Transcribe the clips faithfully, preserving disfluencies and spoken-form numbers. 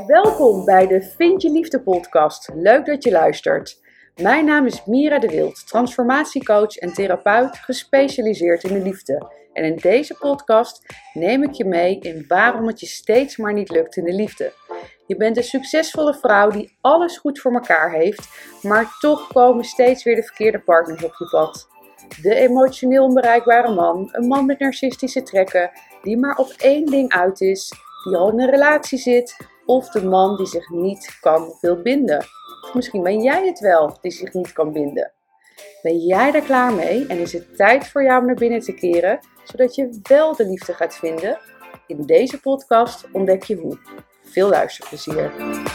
Welkom bij de Vind je Liefde podcast. Leuk dat je luistert. Mijn naam is Mira de Wild, transformatiecoach en therapeut gespecialiseerd in de liefde. En in deze podcast neem ik je mee in waarom het je steeds maar niet lukt in de liefde. Je bent een succesvolle vrouw die alles goed voor elkaar heeft, maar toch komen steeds weer de verkeerde partners op je pad. De emotioneel onbereikbare man, een man met narcistische trekken, die maar op één ding uit is, die al in een relatie zit, of de man die zich niet kan of wil binden. Of misschien ben jij het wel die zich niet kan binden. Ben jij daar klaar mee en is het tijd voor jou om naar binnen te keren, zodat je wel de liefde gaat vinden? In deze podcast ontdek je hoe. Veel luisterplezier.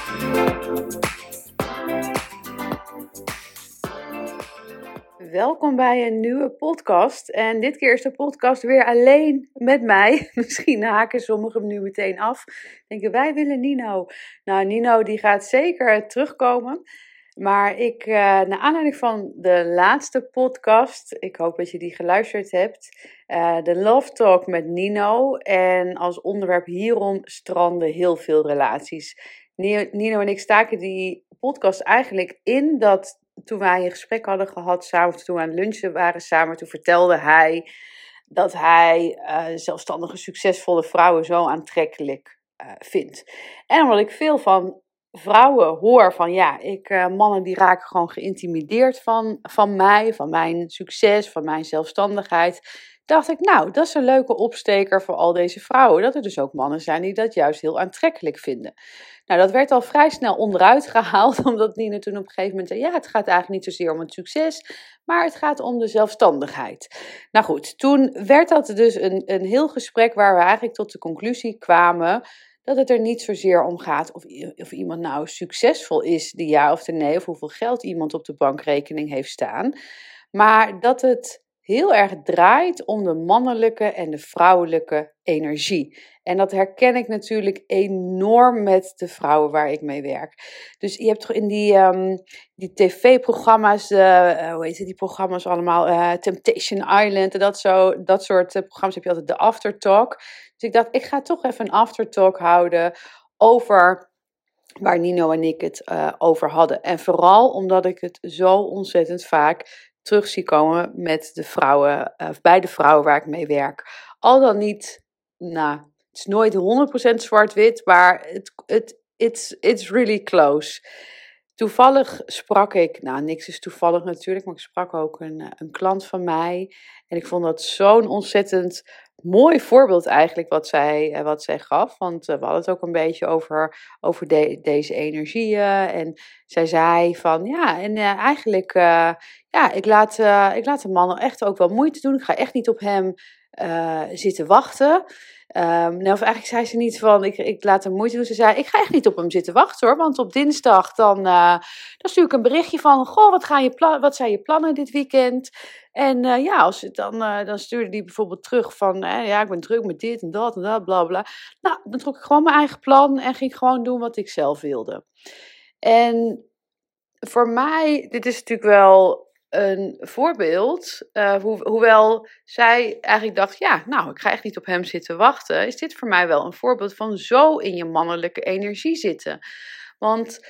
Welkom bij een nieuwe podcast. En dit keer is de podcast weer alleen met mij. Misschien haken sommigen hem nu meteen af. Denken, wij willen Nino. Nou, Nino die gaat zeker terugkomen. Maar ik, uh, naar aanleiding van de laatste podcast, ik hoop dat je die geluisterd hebt, uh, de Love Talk met Nino. En als onderwerp hierom stranden heel veel relaties. Nino en ik staken die podcast eigenlijk in dat toen wij een gesprek hadden gehad samen, of toen we aan het lunchen waren samen, toen vertelde hij dat hij uh, zelfstandige, succesvolle vrouwen zo aantrekkelijk uh, vindt. En omdat ik veel van vrouwen hoor van, ja, ik, uh, mannen die raken gewoon geïntimideerd van, van mij, van mijn succes, van mijn zelfstandigheid, dacht ik, nou, dat is een leuke opsteker voor al deze vrouwen. Dat er dus ook mannen zijn die dat juist heel aantrekkelijk vinden. Nou, dat werd al vrij snel onderuit gehaald, omdat Nina toen op een gegeven moment zei, ja, het gaat eigenlijk niet zozeer om het succes, maar het gaat om de zelfstandigheid. Nou goed, toen werd dat dus een, een heel gesprek waar we eigenlijk tot de conclusie kwamen dat het er niet zozeer om gaat of, of iemand nou succesvol is, die ja of de nee, of hoeveel geld iemand op de bankrekening heeft staan, maar dat het heel erg draait om de mannelijke en de vrouwelijke energie. En dat herken ik natuurlijk enorm met de vrouwen waar ik mee werk. Dus je hebt toch in die, um, die tv-programma's, uh, hoe heet het, die programma's allemaal, uh, Temptation Island en dat, zo, dat soort uh, programma's heb je altijd de aftertalk. Dus ik dacht, ik ga toch even een aftertalk houden over waar Nino en ik het uh, over hadden. En vooral omdat ik het zo ontzettend vaak terug zie komen met de vrouwen, uh, bij de vrouwen waar ik mee werk. Al dan niet, nou, het is nooit honderd procent zwart-wit, maar het, het, it's, it's really close. Toevallig sprak ik, nou niks is toevallig natuurlijk, maar ik sprak ook een, een klant van mij. En ik vond dat zo'n ontzettend mooi voorbeeld eigenlijk wat zij, wat zij gaf. Want uh, we hadden het ook een beetje over, over de, deze energieën. En zij zei van, ja, en uh, eigenlijk, uh, ja, ik laat, uh, ik laat de man echt ook wel moeite doen. Ik ga echt niet op hem uh, zitten wachten. Um, nou, of eigenlijk zei ze niet van, ik, ik laat hem moeite doen. Ze zei, ik ga echt niet op hem zitten wachten hoor. Want op dinsdag dan, uh, dan stuur ik een berichtje van, goh, wat, gaan je plan- wat zijn je plannen dit weekend? En uh, ja, als het dan, uh, dan stuurde die bijvoorbeeld terug van, eh, ja, ik ben druk met dit en dat en dat, bla bla. Nou, dan trok ik gewoon mijn eigen plan en ging gewoon doen wat ik zelf wilde. En voor mij, dit is natuurlijk wel een voorbeeld, uh, ho- hoewel zij eigenlijk dacht, ja, nou, ik ga echt niet op hem zitten wachten, is dit voor mij wel een voorbeeld van zo in je mannelijke energie zitten. Want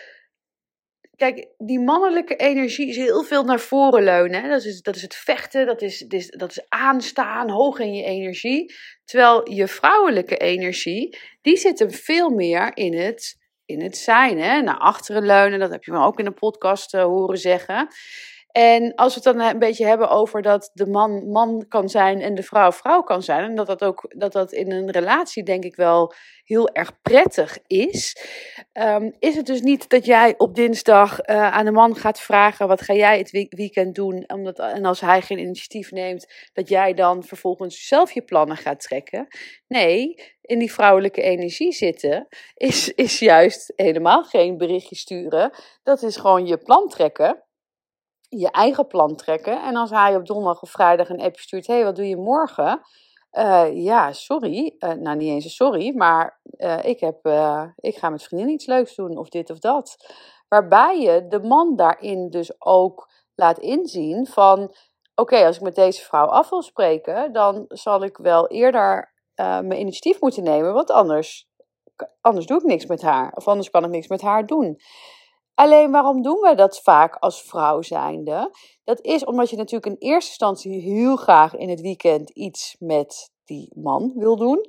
kijk, die mannelijke energie is heel veel naar voren leunen. Hè? Dat is, dat is het vechten, dat is, dat, is, dat is aanstaan, hoog in je energie. Terwijl je vrouwelijke energie, die zit hem veel meer in het, in het zijn. Hè? Naar achteren leunen, dat heb je me ook in de podcast uh, horen zeggen. En als we het dan een beetje hebben over dat de man man kan zijn en de vrouw vrouw kan zijn. En dat dat ook dat dat in een relatie denk ik wel heel erg prettig is. Um, is het dus niet dat jij op dinsdag uh, aan de man gaat vragen, wat ga jij het weekend doen? Omdat, en als hij geen initiatief neemt, dat jij dan vervolgens zelf je plannen gaat trekken. Nee, in die vrouwelijke energie zitten is, is juist helemaal geen berichtje sturen. Dat is gewoon je plan trekken. Je eigen plan trekken. En als hij op donderdag of vrijdag een appje stuurt, hé, hey, wat doe je morgen? Uh, ja, sorry. Uh, nou, niet eens een sorry, maar uh, ik, heb, uh, ik ga met vriendin iets leuks doen of dit of dat. Waarbij je de man daarin dus ook laat inzien van, oké, okay, als ik met deze vrouw af wil spreken, dan zal ik wel eerder uh, mijn initiatief moeten nemen, want anders anders doe ik niks met haar. Of anders kan ik niks met haar doen. Alleen waarom doen we dat vaak als vrouw zijnde? Dat is omdat je natuurlijk in eerste instantie heel graag in het weekend iets met die man wil doen.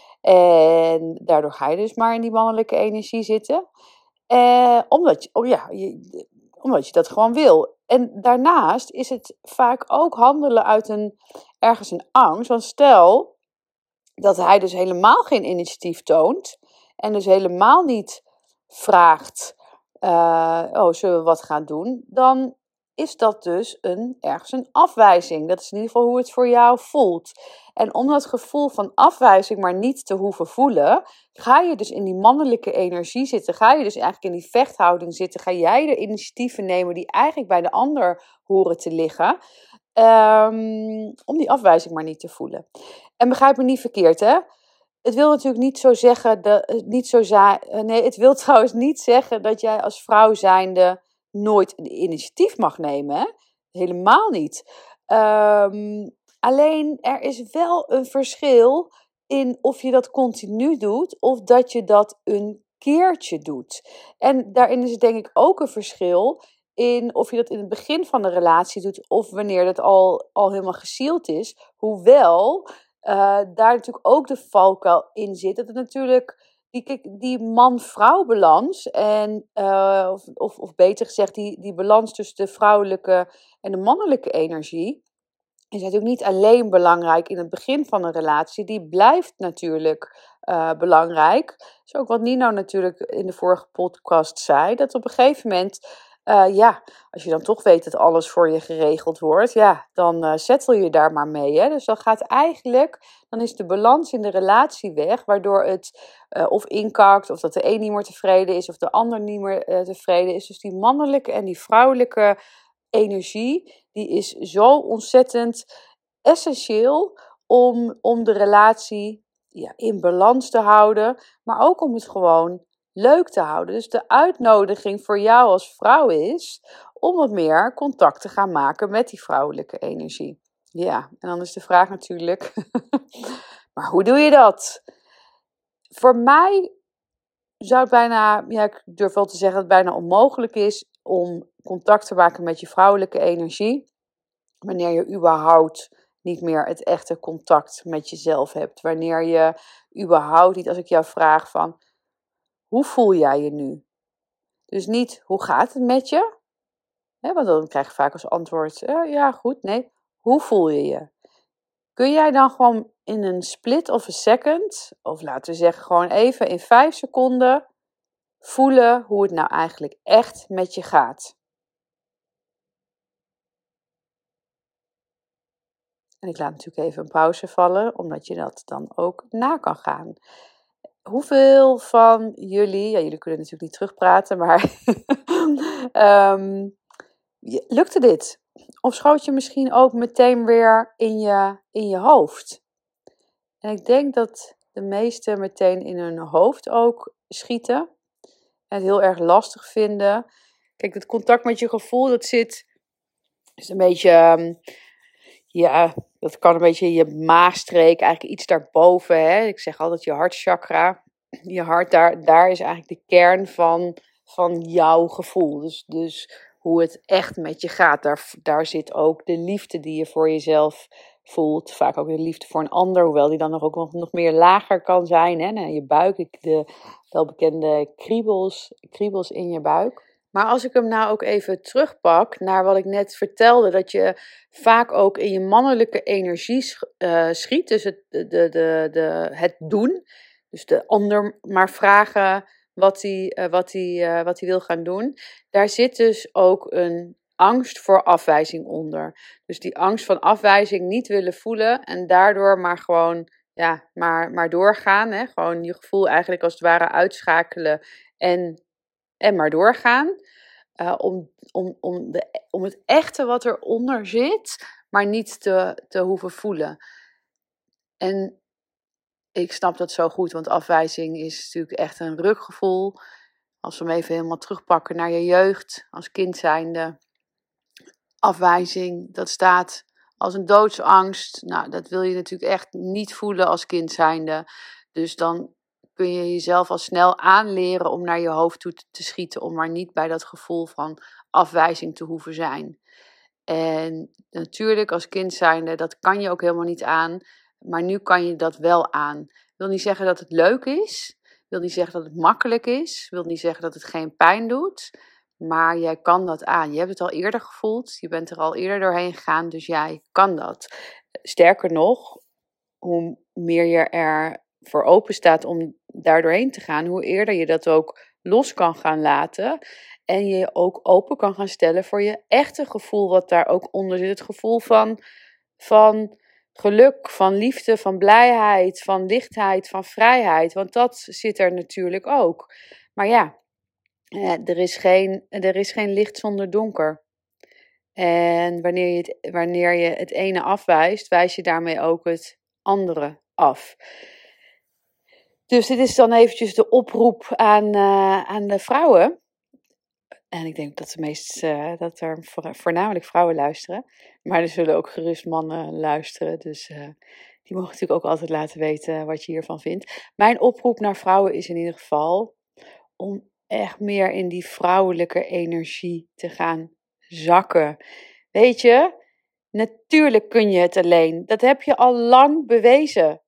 En daardoor ga je dus maar in die mannelijke energie zitten. Eh, omdat, je, oh ja, je, omdat je dat gewoon wil. En daarnaast is het vaak ook handelen uit een, ergens een angst. Want stel dat hij dus helemaal geen initiatief toont. En dus helemaal niet vraagt, uh, oh, zullen we wat gaan doen? Dan is dat dus een, ergens een afwijzing. Dat is in ieder geval hoe het voor jou voelt. En om dat gevoel van afwijzing maar niet te hoeven voelen, ga je dus in die mannelijke energie zitten. Ga je dus eigenlijk in die vechthouding zitten. Ga jij de initiatieven nemen die eigenlijk bij de ander horen te liggen. Um, om die afwijzing maar niet te voelen. En begrijp me niet verkeerd, hè? Het wil natuurlijk niet zo zeggen, dat, niet zo za- nee, het wil trouwens niet zeggen dat jij als vrouw zijnde nooit een initiatief mag nemen. Hè? Helemaal niet. Um, alleen er is wel een verschil in of je dat continu doet of dat je dat een keertje doet. En daarin is het denk ik ook een verschil in of je dat in het begin van de relatie doet of wanneer dat al, al helemaal gesield is. Hoewel uh, daar natuurlijk ook de valkuil in zit. Dat het natuurlijk die, die man-vrouw balans en uh, of, of, of beter gezegd die, die balans tussen de vrouwelijke en de mannelijke energie is natuurlijk niet alleen belangrijk in het begin van een relatie. Die blijft natuurlijk uh, belangrijk. Dat is ook wat Nino natuurlijk in de vorige podcast zei. Dat op een gegeven moment, uh, ja, als je dan toch weet dat alles voor je geregeld wordt, ja, dan uh, settle je daar maar mee. Hè? Dus dan gaat eigenlijk, dan is de balans in de relatie weg, waardoor het uh, of inkakt, of dat de een niet meer tevreden is, of de ander niet meer uh, tevreden is. Dus die mannelijke en die vrouwelijke energie, die is zo ontzettend essentieel om, om de relatie ja, in balans te houden, maar ook om het gewoon leuk te houden. Dus de uitnodiging voor jou als vrouw is om wat meer contact te gaan maken met die vrouwelijke energie. Ja, en dan is de vraag natuurlijk, maar hoe doe je dat? Voor mij zou het bijna, ja, ik durf wel te zeggen dat het bijna onmogelijk is om contact te maken met je vrouwelijke energie, wanneer je überhaupt niet meer het echte contact met jezelf hebt. Wanneer je überhaupt niet, als ik jou vraag van, hoe voel jij je nu? Dus niet, hoe gaat het met je? He, want dan krijg je vaak als antwoord, eh, ja goed, nee. Hoe voel je je? Kun jij dan gewoon in een split of een second, of laten we zeggen gewoon even in vijf seconden, voelen hoe het nou eigenlijk echt met je gaat? En ik laat natuurlijk even een pauze vallen, omdat je dat dan ook na kan gaan. Hoeveel van jullie, ja, jullie kunnen natuurlijk niet terugpraten, maar um, lukte dit? Of schoot je misschien ook meteen weer in je, in je hoofd? En ik denk dat de meesten meteen in hun hoofd ook schieten. En het heel erg lastig vinden. Kijk, het contact met je gevoel, dat zit, is een beetje, um, ja, dat kan een beetje in je maagstreek, eigenlijk iets daarboven. Hè? Ik zeg altijd je hartchakra. Je hart, daar, daar is eigenlijk de kern van, van jouw gevoel. Dus, dus hoe het echt met je gaat. Daar, daar zit ook de liefde die je voor jezelf voelt. Vaak ook de liefde voor een ander. Hoewel die dan nog, ook nog, nog meer lager kan zijn. Hè? Nou, je buik, de welbekende kriebels, kriebels in je buik. Maar als ik hem nou ook even terugpak naar wat ik net vertelde, dat je vaak ook in je mannelijke energie uh, schiet, dus het, de, de, de, het doen, dus de ander maar vragen wat hij, uh, wat hij, uh, wat hij wil gaan doen, daar zit dus ook een angst voor afwijzing onder. Dus die angst van afwijzing niet willen voelen en daardoor maar gewoon, ja, maar, maar doorgaan, hè? Gewoon je gevoel eigenlijk als het ware uitschakelen en En maar doorgaan. Uh, om, om, om, de, om het echte wat eronder zit, maar niet te, te hoeven voelen. En ik snap dat zo goed, want afwijzing is natuurlijk echt een rukgevoel. Als we hem even helemaal terugpakken naar je jeugd, als kind zijnde. Afwijzing, dat staat als een doodsangst. Nou, dat wil je natuurlijk echt niet voelen als kind zijnde. Dus dan kun je jezelf al snel aanleren om naar je hoofd toe te schieten, om maar niet bij dat gevoel van afwijzing te hoeven zijn. En natuurlijk als kind zijnde, dat kan je ook helemaal niet aan, maar nu kan je dat wel aan. Ik wil niet zeggen dat het leuk is, ik wil niet zeggen dat het makkelijk is, ik wil niet zeggen dat het geen pijn doet, maar jij kan dat aan. Je hebt het al eerder gevoeld, je bent er al eerder doorheen gegaan, dus jij kan dat. Sterker nog, hoe meer je er voor open staat om daar doorheen te gaan, hoe eerder je dat ook los kan gaan laten. En je je ook open kan gaan stellen voor je echte gevoel, wat daar ook onder zit. Het gevoel van, van geluk, van liefde, van blijheid, van lichtheid, van vrijheid. Want dat zit er natuurlijk ook. Maar ja, eh, er is geen, er is geen licht zonder donker. En wanneer je, het, wanneer je het ene afwijst, wijs je daarmee ook het andere af. Dus dit is dan eventjes de oproep aan, uh, aan de vrouwen. En ik denk dat, de meest, uh, dat er voornamelijk vrouwen luisteren. Maar er zullen ook gerust mannen luisteren. Dus uh, die mogen natuurlijk ook altijd laten weten wat je hiervan vindt. Mijn oproep naar vrouwen is in ieder geval om echt meer in die vrouwelijke energie te gaan zakken. Weet je, natuurlijk kun je het alleen. Dat heb je al lang bewezen.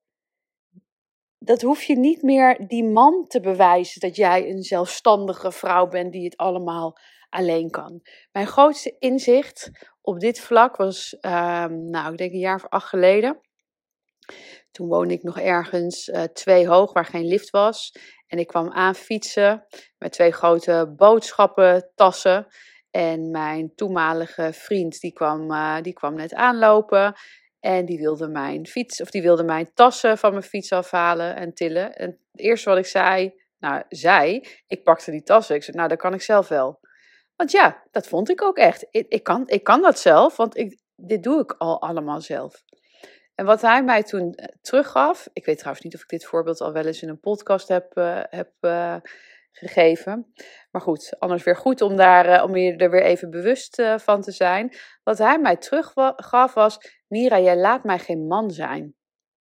Dat hoef je niet meer die man te bewijzen dat jij een zelfstandige vrouw bent die het allemaal alleen kan. Mijn grootste inzicht op dit vlak was, um, nou ik denk een jaar of acht geleden. Toen woonde ik nog ergens uh, twee hoog waar geen lift was. En ik kwam aan fietsen met twee grote boodschappentassen. En mijn toenmalige vriend die kwam, uh, die kwam net aanlopen. En die wilde mijn fiets, of die wilde mijn tassen van mijn fiets afhalen en tillen. En het eerste wat ik zei, nou, zei, ik pakte die tassen. Ik zei, nou, dat kan ik zelf wel. Want ja, dat vond ik ook echt. Ik, ik, kan, ik kan dat zelf, want ik, dit doe ik al allemaal zelf. En wat hij mij toen teruggaf, ik weet trouwens niet of ik dit voorbeeld al wel eens in een podcast heb, uh, heb uh, gegeven. Maar goed, anders weer goed om, daar, uh, om je er weer even bewust uh, van te zijn. Wat hij mij teruggaf was, Mira, jij laat mij geen man zijn.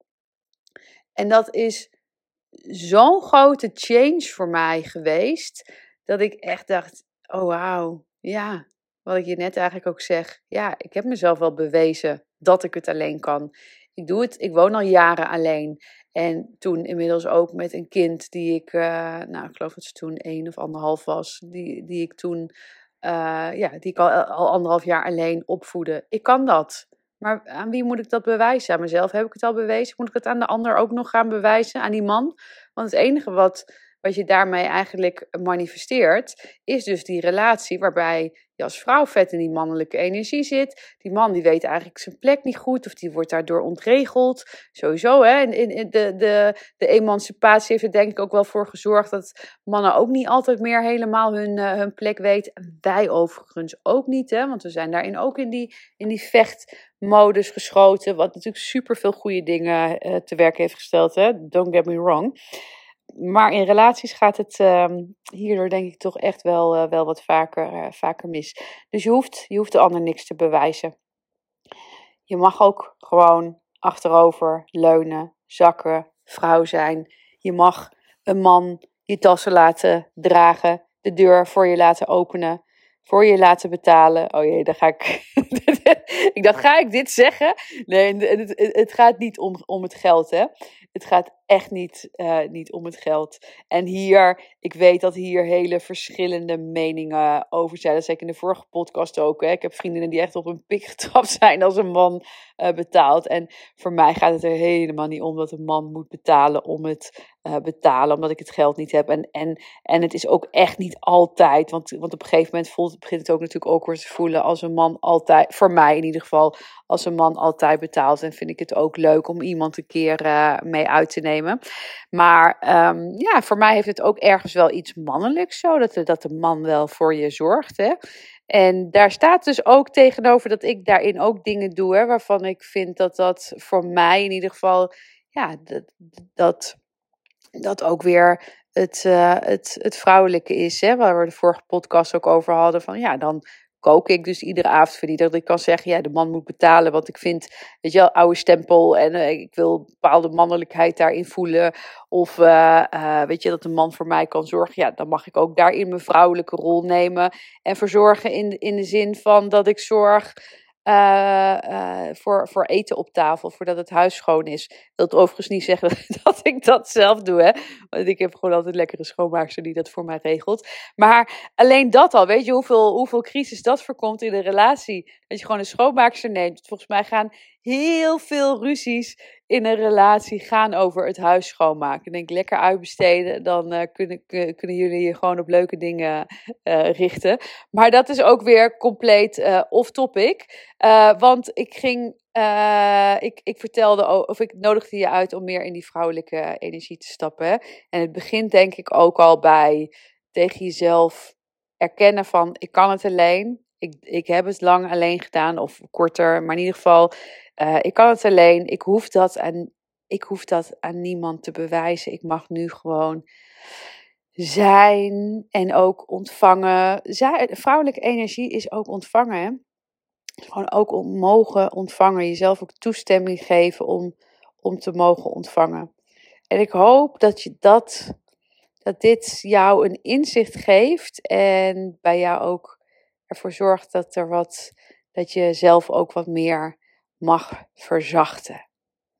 En dat is zo'n grote change voor mij geweest, dat ik echt dacht, oh wauw, ja, wat ik je net eigenlijk ook zeg. Ja, ik heb mezelf wel bewezen dat ik het alleen kan. Ik doe het, ik woon al jaren alleen. En toen inmiddels ook met een kind die ik, uh, nou ik geloof dat ze toen één of anderhalf was, die, die ik toen, uh, ja, die ik al, al anderhalf jaar alleen opvoedde. Ik kan dat. Maar aan wie moet ik dat bewijzen? Aan mezelf heb ik het al bewezen. Moet ik het aan de ander ook nog gaan bewijzen? Aan die man? Want het enige wat, wat je daarmee eigenlijk manifesteert, is dus die relatie waarbij je als vrouw vet in die mannelijke energie zit. Die man die weet eigenlijk zijn plek niet goed of die wordt daardoor ontregeld. Sowieso, hè. En, en, de, de, de emancipatie heeft er denk ik ook wel voor gezorgd dat mannen ook niet altijd meer helemaal hun, uh, hun plek weten. En wij overigens ook niet, hè. Want we zijn daarin ook in die, in die vechtmodus geschoten. Wat natuurlijk superveel goede dingen uh, te werk heeft gesteld, hè. Don't get me wrong. Maar in relaties gaat het um, hierdoor denk ik toch echt wel, uh, wel wat vaker, uh, vaker mis. Dus je hoeft, je hoeft de ander niks te bewijzen. Je mag ook gewoon achterover leunen, zakken, vrouw zijn. Je mag een man je tassen laten dragen, de deur voor je laten openen, voor je laten betalen. Oh jee, dan ga ik... ik dacht, ga ik dit zeggen? Nee, het, het, het gaat niet om, om het geld, hè. Het gaat echt niet, uh, niet om het geld. En hier, ik weet dat hier hele verschillende meningen over zijn. Dat zei ik in de vorige podcast ook. Hè. Ik heb vriendinnen die echt op een pik getrapt zijn als een man uh, betaalt. En voor mij gaat het er helemaal niet om dat een man moet betalen om het uh, betalen. Omdat ik het geld niet heb. En, en, en het is ook echt niet altijd. Want, want op een gegeven moment voelt, begint het ook natuurlijk awkward te voelen als een man altijd, voor mij in ieder geval, als een man altijd betaalt. En vind ik het ook leuk om iemand een keer uh, mee uit te nemen. Maar um, ja, voor mij heeft het ook ergens wel iets mannelijks zo. Dat de, dat de man wel voor je zorgt. Hè? En daar staat dus ook tegenover dat ik daarin ook dingen doe. Hè, waarvan ik vind dat dat voor mij in ieder geval, ja, dat, dat, dat ook weer het, uh, het, het vrouwelijke is. Hè, waar we de vorige podcast ook over hadden. Van ja, dan kook ik dus iedere avond voor die. Dat ik kan zeggen, ja, de man moet betalen. Want ik vind, weet je wel, oude stempel. En uh, ik wil een bepaalde mannelijkheid daarin voelen. Of uh, uh, weet je, dat een man voor mij kan zorgen. Ja, dan mag ik ook daarin mijn vrouwelijke rol nemen. En verzorgen in, in de zin van dat ik zorg uh, uh, voor, voor eten op tafel. Voordat het huis schoon is. Dat wil overigens niet zeggen dat ik dat zelf doe. Hè? Want ik heb gewoon altijd lekkere schoonmaakster die dat voor mij regelt. Maar alleen dat al. Weet je hoeveel, hoeveel crisis dat voorkomt in een relatie? Dat je gewoon een schoonmaakster neemt. Volgens mij gaan heel veel ruzies in een relatie gaan over het huis schoonmaken. Ik denk lekker uitbesteden. Dan uh, kunnen, kunnen jullie je gewoon op leuke dingen uh, richten. Maar dat is ook weer compleet uh, off topic. Uh, want ik ging... Uh, ik, ik vertelde, of ik nodigde je uit om meer in die vrouwelijke energie te stappen. En het begint denk ik ook al bij tegen jezelf erkennen van, ik kan het alleen. Ik, ik heb het lang alleen gedaan, of korter, maar in ieder geval, uh, ik kan het alleen. Ik hoef dat aan, ik hoef dat aan niemand te bewijzen. Ik mag nu gewoon zijn en ook ontvangen. Zij, vrouwelijke energie is ook ontvangen, hè? Gewoon ook mogen ontvangen. Jezelf ook toestemming geven om, om te mogen ontvangen. En ik hoop dat, je dat, dat dit jou een inzicht geeft. En bij jou ook ervoor zorgt dat, er wat, dat je zelf ook wat meer mag verzachten.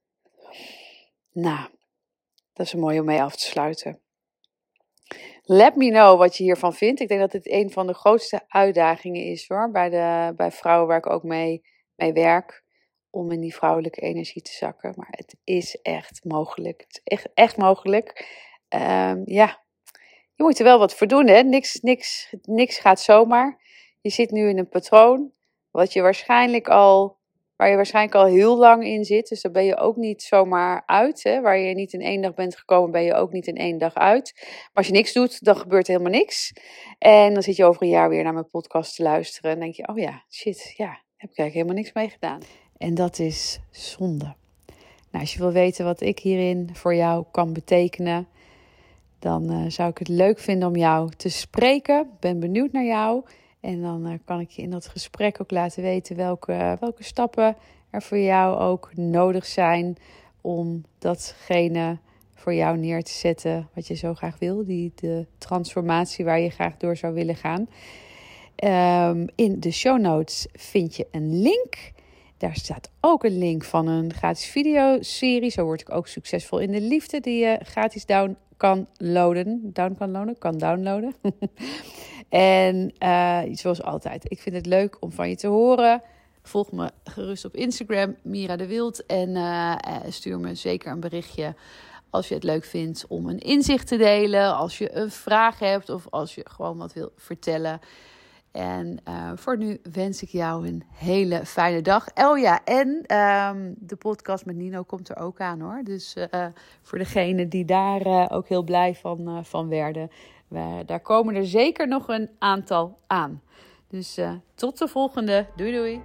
Nou, dat is een mooie om mee af te sluiten. Let me know wat je hiervan vindt. Ik denk dat dit een van de grootste uitdagingen is hoor. Bij, de, bij vrouwen waar ik ook mee, mee werk. Om in die vrouwelijke energie te zakken. Maar het is echt mogelijk. Het is echt, echt mogelijk. Um, ja, je moet er wel wat voor doen hè. Niks, niks, niks gaat zomaar. Je zit nu in een patroon. Wat je waarschijnlijk al... Waar je waarschijnlijk al heel lang in zit. Dus daar ben je ook niet zomaar uit. Hè? Waar je niet in één dag bent gekomen, ben je ook niet in één dag uit. Maar als je niks doet, dan gebeurt er helemaal niks. En dan zit je over een jaar weer naar mijn podcast te luisteren. En denk je, oh ja, shit, ja, heb ik eigenlijk helemaal niks mee gedaan. En dat is zonde. Nou, als je wil weten wat ik hierin voor jou kan betekenen, dan uh, zou ik het leuk vinden om jou te spreken. Ik ben benieuwd naar jou. En dan uh, kan ik je in dat gesprek ook laten weten welke, welke stappen er voor jou ook nodig zijn om datgene voor jou neer te zetten wat je zo graag wil. Die, de transformatie waar je graag door zou willen gaan. Um, in de show notes vind je een link. Daar staat ook een link van een gratis videoserie. Zo word ik ook succesvol in de liefde die je gratis down kan loaden. Down kan loaden? Kan downloaden. En uh, zoals altijd, ik vind het leuk om van je te horen. Volg me gerust op Instagram, Mira de Wild. En uh, stuur me zeker een berichtje als je het leuk vindt om een inzicht te delen. Als je een vraag hebt of als je gewoon wat wil vertellen. En uh, voor nu wens ik jou een hele fijne dag. Oh ja, en um, de podcast met Nino komt er ook aan hoor. Dus uh, voor degenen die daar uh, ook heel blij van, uh, van werden. We, daar komen er zeker nog een aantal aan. Dus uh, tot de volgende. Doei doei.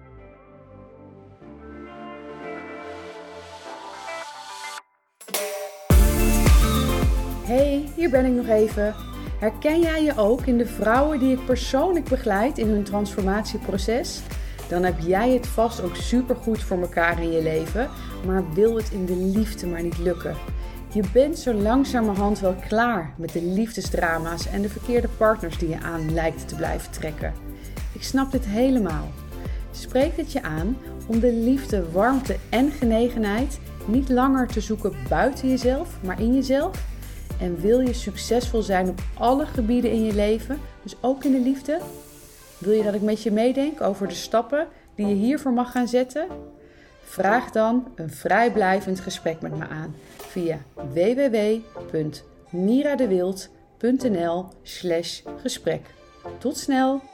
Hey, hier ben ik nog even. Herken jij je ook in de vrouwen die ik persoonlijk begeleid in hun transformatieproces? Dan heb jij het vast ook supergoed voor elkaar in je leven, maar wil het in de liefde maar niet lukken. Je bent zo langzamerhand wel klaar met de liefdesdrama's en de verkeerde partners die je aan lijkt te blijven trekken. Ik snap dit helemaal. Spreekt het je aan om de liefde, warmte en genegenheid niet langer te zoeken buiten jezelf, maar in jezelf? En wil je succesvol zijn op alle gebieden in je leven, dus ook in de liefde? Wil je dat ik met je meedenk over de stappen die je hiervoor mag gaan zetten? Vraag dan een vrijblijvend gesprek met me aan via w w w punt miradewild punt n l slash gesprek. Tot snel!